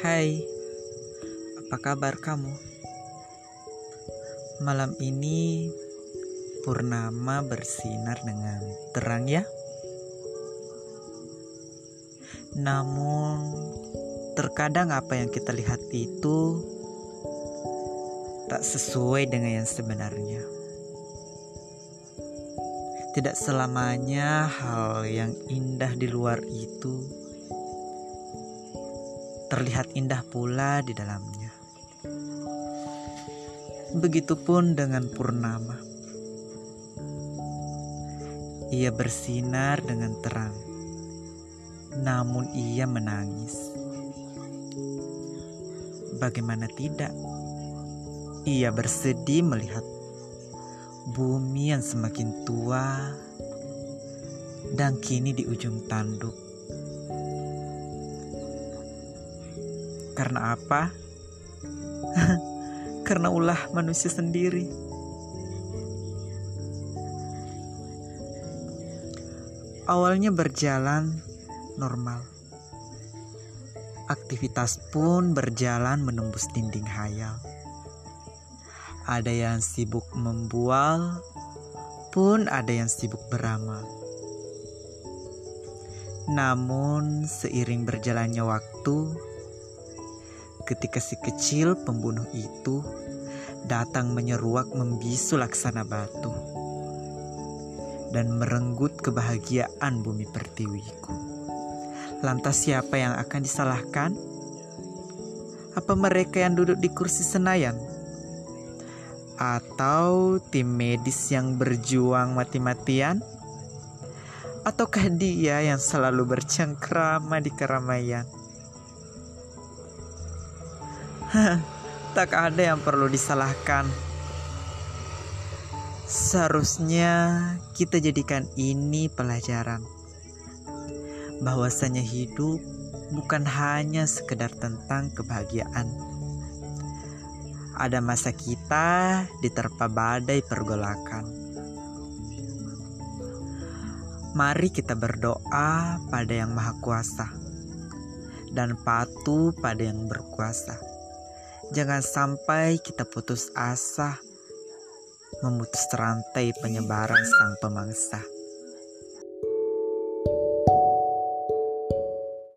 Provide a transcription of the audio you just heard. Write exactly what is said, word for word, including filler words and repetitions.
Hai, apa kabar kamu? Malam ini purnama bersinar dengan terang ya. Namun terkadang apa yang kita lihat itu tak sesuai dengan yang sebenarnya. Tidak selamanya hal yang indah di luar itu terlihat indah pula di dalamnya. Begitupun dengan purnama. Ia bersinar dengan terang, namun ia menangis. Bagaimana tidak? Ia bersedih melihat bumi yang semakin tua dan kini di ujung tanduk. Karena apa? Karena ulah manusia sendiri. Awalnya berjalan normal. Aktivitas pun berjalan menembus dinding hayal. Ada yang sibuk membual, pun ada yang sibuk beramal. Namun seiring berjalannya waktu, ketika si kecil pembunuh itu datang menyeruak membisu laksana batu dan merenggut kebahagiaan bumi pertiwiku. Lantas siapa yang akan disalahkan? Apa mereka yang duduk di kursi Senayan? Atau tim medis yang berjuang mati-matian? Ataukah dia yang selalu bercengkrama di keramaian? Tak ada yang perlu disalahkan. Seharusnya kita jadikan ini pelajaran, bahwasanya hidup bukan hanya sekedar tentang kebahagiaan. Ada masa kita diterpa badai pergolakan. Mari kita berdoa pada Yang Maha Kuasa dan patuh pada Yang Berkuasa. Jangan sampai kita putus asa, memutus rantai penyebaran sang pemangsa.